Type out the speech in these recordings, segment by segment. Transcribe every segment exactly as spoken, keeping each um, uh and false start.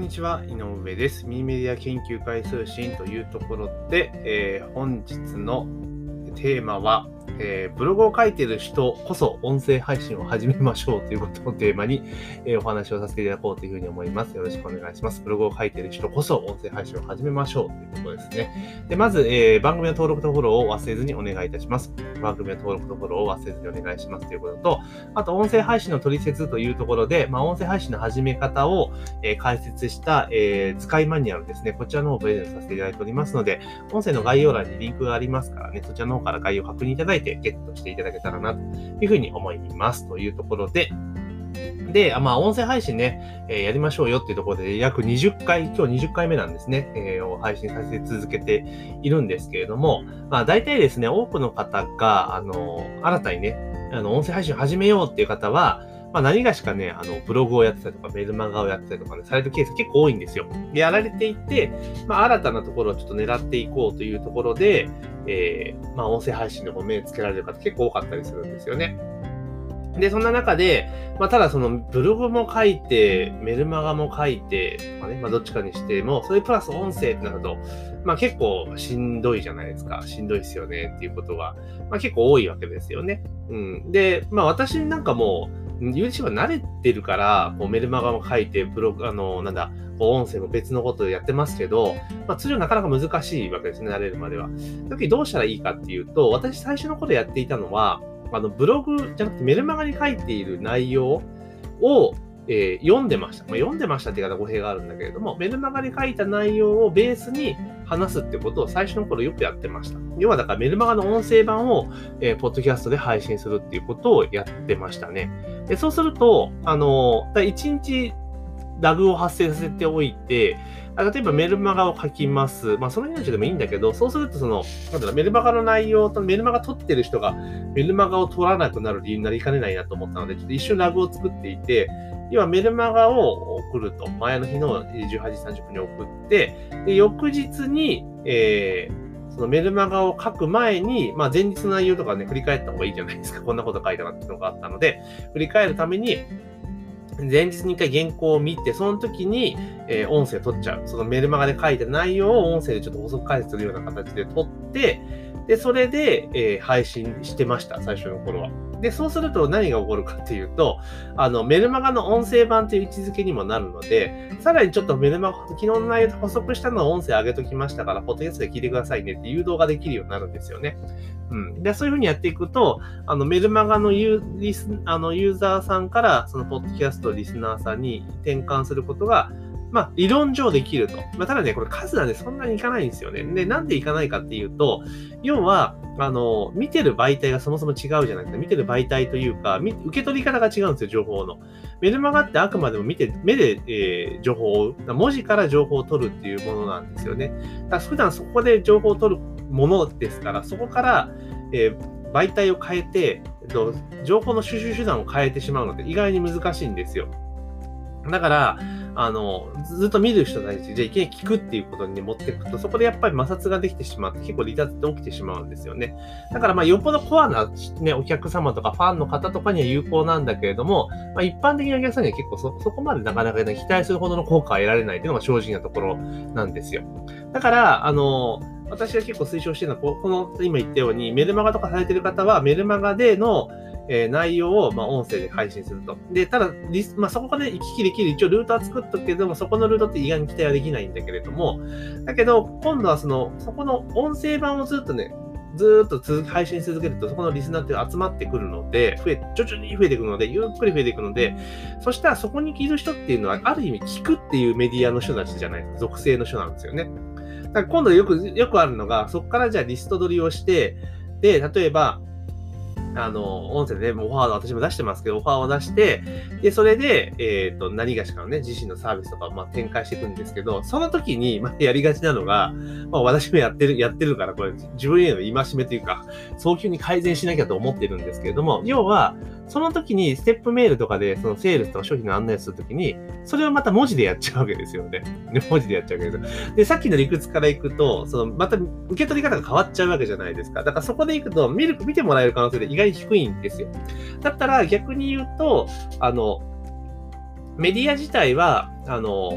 にちは、井上です。ミニメディア研究会通信というところで、えー、本日のテーマは、えー、ブログを書いている人こそ音声配信を始めましょうということをテーマに、えー、お話をさせていただこうというふうに思います。よろしくお願いします。ブログを書いている人こそ音声配信を始めましょうというところですね。でまず、えー、番組の登録とフォローを忘れずにお願いいたします。番組の登録とフォローを忘れずにお願いしますということと、あと音声配信の取説というところで、まあ、音声配信の始め方を、えー、解説した、えー、使いマニュアルですね。こちらの方をプレゼントさせていただいておりますので、音声の概要欄にリンクがありますからね、そちらの方から概要を確認いただいてゲットしていただけたらなというふうに思いますというところで、で、まあ、音声配信ね、えー、やりましょうよっていうところで、約にじゅっかい、今日にじゅっかいめなんですね、えー、を配信させて続けているんですけれども、まあ、大体ですね、多くの方が、あの、新たにね、あの、音声配信を始めようっていう方は、まあ、何がしかね、あの、ブログをやってたりとか、メルマガをやってたりとかね、されるケース結構多いんですよ。で、やられていて、まあ、新たなところをちょっと狙っていこうというところで、えー、まあ、音声配信の方目つけられる方結構多かったりするんですよね。で、そんな中で、まあ、ただそのブログも書いて、メルマガも書いて、とかね、まあ、どっちかにしても、それプラス音声ってなると、まあ、結構しんどいじゃないですか。しんどいですよねっていうことが、まあ、結構多いわけですよね。うん。で、まあ、私なんかもう、YouTube は慣れてるから、こうメルマガも書いて、ブログ、あの、なんだ、音声も別のことでやってますけど、まあ、通常なかなか難しいわけですね、慣れるまでは。時どうしたらいいかっていうと、私最初の頃やっていたのは、あの、ブログじゃなくてメルマガに書いている内容を、えー、読んでました。まあ、読んでましたって言い方語弊があるんだけれども、メルマガに書いた内容をベースに話すってことを最初の頃よくやってました。要はだからメルマガの音声版を、えー、ポッドキャストで配信するっていうことをやってましたね。でそうすると、あのー、いちにちラグを発生させておいて、例えばメルマガを書きます。まあ、その命でもいいんだけど、そうするとその、なんだろう、メルマガの内容とメルマガ取ってる人がメルマガを取らなくなる理由になりかねないなと思ったので、ちょっと一瞬ラグを作っていて、要はメルマガを送ると、前の日のじゅうはちじさんじゅっぷんに送って、で翌日に、えー、そのメルマガを書く前に、まあ、前日の内容とかね、振り返った方がいいじゃないですか。こんなこと書いたなっていうのがあったので、振り返るために、前日に一回原稿を見て、その時に、えー、音声取っちゃう。そのメルマガで書いた内容を音声でちょっと補足解説するような形で取って、で、それで、えー、配信してました、最初の頃は。で、そうすると何が起こるかっていうと、あの、メルマガの音声版という位置づけにもなるので、さらにちょっとメルマガ、昨日の内容で補足したのを音声上げときましたから、ポッドキャストで聞いてくださいねって誘導ができるようになるんですよね。うん。で、そういうふうにやっていくと、あの、メルマガのユー、リス、あの、ユーザーさんから、そのポッドキャストリスナーさんに転換することが、まあ、理論上できると。まあ、ただね、これ数なんでそんなにいかないんですよね。で、なんでいかないかっていうと、要は、あの、見てる媒体がそもそも違うじゃないですか。見てる媒体というか、受け取り方が違うんですよ、情報の。メルマガってあくまでも見て、目で、えー、情報を追う。文字から情報を取るっていうものなんですよね。だから普段そこで情報を取るものですから、そこから、えー、媒体を変えて、情報の収集手段を変えてしまうので、意外に難しいんですよ。だから、あの、ずっと見る人たち、じゃあいきなり聞くっていうことに、ね、持っていくと、そこでやっぱり摩擦ができてしまって、結構離脱って起きてしまうんですよね。だからまあ、よっぽどコアな、ね、お客様とかファンの方とかには有効なんだけれども、まあ、一般的なお客さんには結構そ、そこまでなかなか、ね、期待するほどの効果は得られないっていうのが正直なところなんですよ。だから、あの、私が結構推奨しているのは、この、今言ったように、メルマガとかされている方は、メルマガでの、えー、内容を、まあ、音声で配信すると。で、ただ、リスまあ、そこで行き来できる、一応ルートは作っとくけども、そこのルートって意外に期待はできないんだけれども、だけど、今度はその、そこの音声版をずっとね、ずーっと続配信し続けると、そこのリスナーって集まってくるので、増え、徐々に増えていくので、ゆっくり増えていくので、そしたらそこにいる人っていうのは、ある意味聞くっていうメディアの人たちじゃないですか。属性の人なんですよね。だから今度よく、よくあるのが、そこからじゃあリスト取りをして、で、例えば、あの、音声でね、オファーを私も出してますけど、オファーを出して、で、それで、えっと、何がしかのね、自身のサービスとかを、まあ、展開していくんですけど、その時に、まあ、やりがちなのが、まあ、私もやってる、やってるから、これ、自分への戒めというか、早急に改善しなきゃと思ってるんですけれども、要は、その時にステップメールとかで、そのセールスとか商品の案内するときに、それをまた文字でやっちゃうわけですよね。文字でやっちゃうわけですよ。で、さっきの理屈からいくと、その、また受け取り方が変わっちゃうわけじゃないですか。だからそこでいくと、見る、見てもらえる可能性で意外に低いんですよ。だったら逆に言うと、あの、メディア自体は、あの、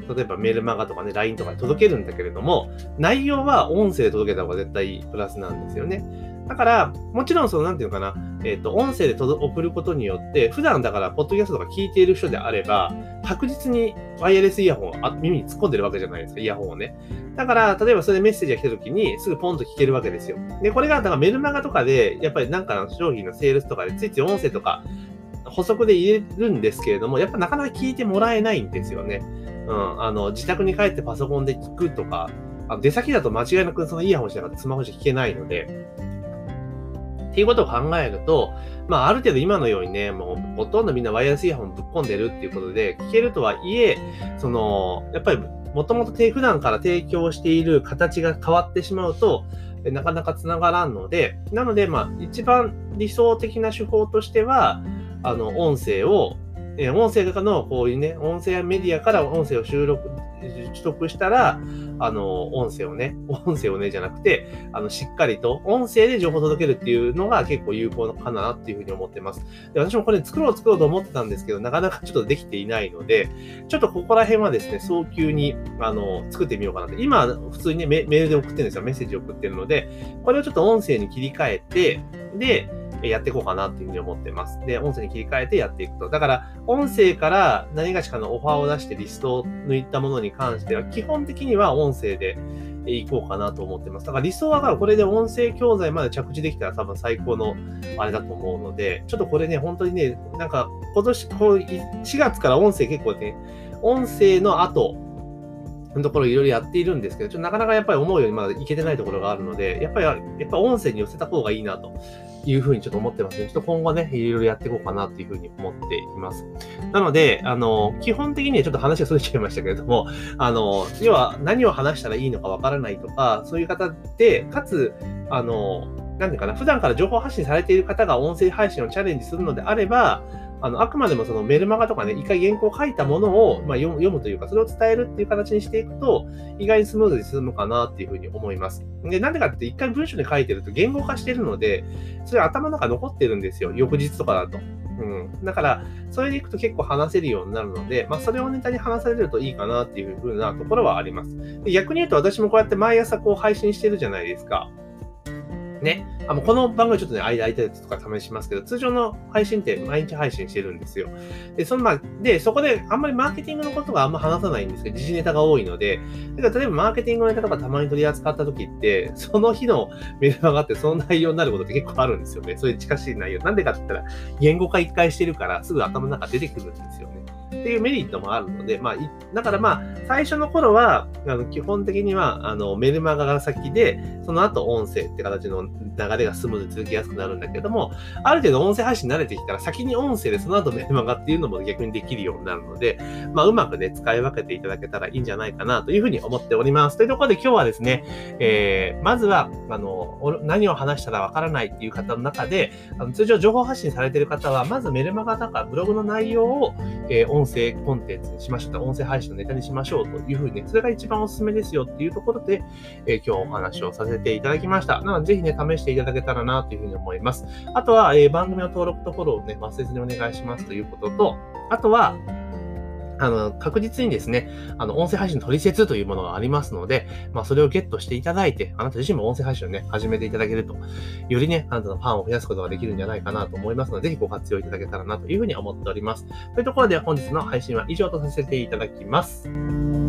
例えばメールマガとかね、ライン とかで届けるんだけれども、内容は音声で届けた方が絶対プラスなんですよね。だから、もちろんその、なんていうのかな、えっと、音声で送ることによって、普段だから、ポッドキャストとか聞いている人であれば、確実にワイヤレスイヤホンを耳に突っ込んでるわけじゃないですか、イヤホンをね。だから、例えばそれでメッセージが来た時に、すぐポンと聞けるわけですよ。で、これが、だからメルマガとかで、やっぱりなんかの商品のセールスとかで、ついつい音声とか、補足で入れるんですけれども、やっぱなかなか聞いてもらえないんですよね。うん、あの、自宅に帰ってパソコンで聞くとか、あの出先だと間違いなくそのイヤホンしながらスマホじゃ聞けないので、っていうことを考えると、まあ、ある程度今のようにね、もうほとんどみんなワイヤレスイヤホンぶっ込んでるっていうことで、聞けるとはいえ、その、やっぱりもともと普段から提供している形が変わってしまうと、なかなか繋がらんので、なので、まあ、一番理想的な手法としては、あの、音声を、え音声のこういうね、音声メディアから音声を収録、取得したら、あの、音声をね、音声をね、じゃなくて、あの、しっかりと音声で情報を届けるっていうのが結構有効かなっていうふうに思ってます。で、私もこれ作ろう作ろうと思ってたんですけど、なかなかちょっとできていないので、ちょっとここら辺はですね、早急に、あの、作ってみようかなと。今、普通にね、メールで送ってるんですよ。メッセージを送ってるので、これをちょっと音声に切り替えて、で、やっていこうかなっていうふうに思ってます。で、音声に切り替えてやっていくと。だから、音声から何がしかのオファーを出してリストを抜いたものに関しては、基本的には音声でいこうかなと思ってます。だから理想はこれで音声教材まで着地できたら多分最高のあれだと思うので、ちょっとこれね、本当にね、なんか今年、こうしがつから音声結構ね、音声の後、のところいろいろやっているんですけど、ちょっとなかなかやっぱり思うようにまだいけてないところがあるので、やっぱり、やっぱ音声に寄せた方がいいなというふうにちょっと思ってますね。ちょっと今後ね、いろいろやっていこうかなっていうふうに思っています。なので、あの、基本的にはちょっと話がそれちゃいましたけれども、あの、要は何を話したらいいのかわからないとか、そういう方で、かつ、あの、なんていうかな、普段から情報発信されている方が音声配信をチャレンジするのであれば、あの、あくまでもそのメルマガとかね、一回原稿を書いたものを、まあ、読む、読むというか、それを伝えるっていう形にしていくと、意外にスムーズに進むかなっていうふうに思います。で、なんでかって一回文章で書いてると言語化してるので、それ頭の中残ってるんですよ。翌日とかだと。うん。だから、それでいくと結構話せるようになるので、まあ、それをネタに話されるといいかなっていうふうなところはあります。で、逆に言うと私もこうやって毎朝こう配信してるじゃないですか。ね。あの、この番組ちょっとね、間空いたやつとか試しますけど、通常の配信って毎日配信してるんですよ。で、その、まあ、で、そこであんまりマーケティングのことがあんま話さないんですけど、時事ネタが多いので、だから例えばマーケティングのネタとかたまに取り扱った時って、その日のメルマガってその内容になることって結構あるんですよね。そういう近しい内容。なんでかって言ったら、言語化一回してるから、すぐ頭の中出てくるんですよね。っていうメリットもあるので、まあ、だからまあ、最初の頃は、あの基本的には、あの、メルマガが先で、その後音声って形の流れがスムーズに続きやすくなるんだけども、ある程度音声配信慣れてきたら、先に音声でその後メルマガっていうのも逆にできるようになるので、まあ、うまくね、使い分けていただけたらいいんじゃないかなというふうに思っております。というところで今日はですね、えー、まずは、あの、何を話したらわからないっていう方の中で、あの通常情報発信されている方は、まずメルマガとかブログの内容を、えー、音声コンテンツにしましょうと、音声配信のネタにしましょうというふうにね、それが一番おすすめですよっていうところで、えー、今日お話をさせていただきました。なので、ぜひね、試していただけたらなというふうに思います。あとは、えー、番組の登録とフォローをね、忘れずにお願いしますということと、あとは、あの、確実にですね、あの、音声配信取説というものがありますので、まあ、それをゲットしていただいて、あなた自身も音声配信をね、始めていただけると、よりね、あなたのファンを増やすことができるんじゃないかなと思いますので、ぜひご活用いただけたらなというふうに思っております。というところで、本日の配信は以上とさせていただきます。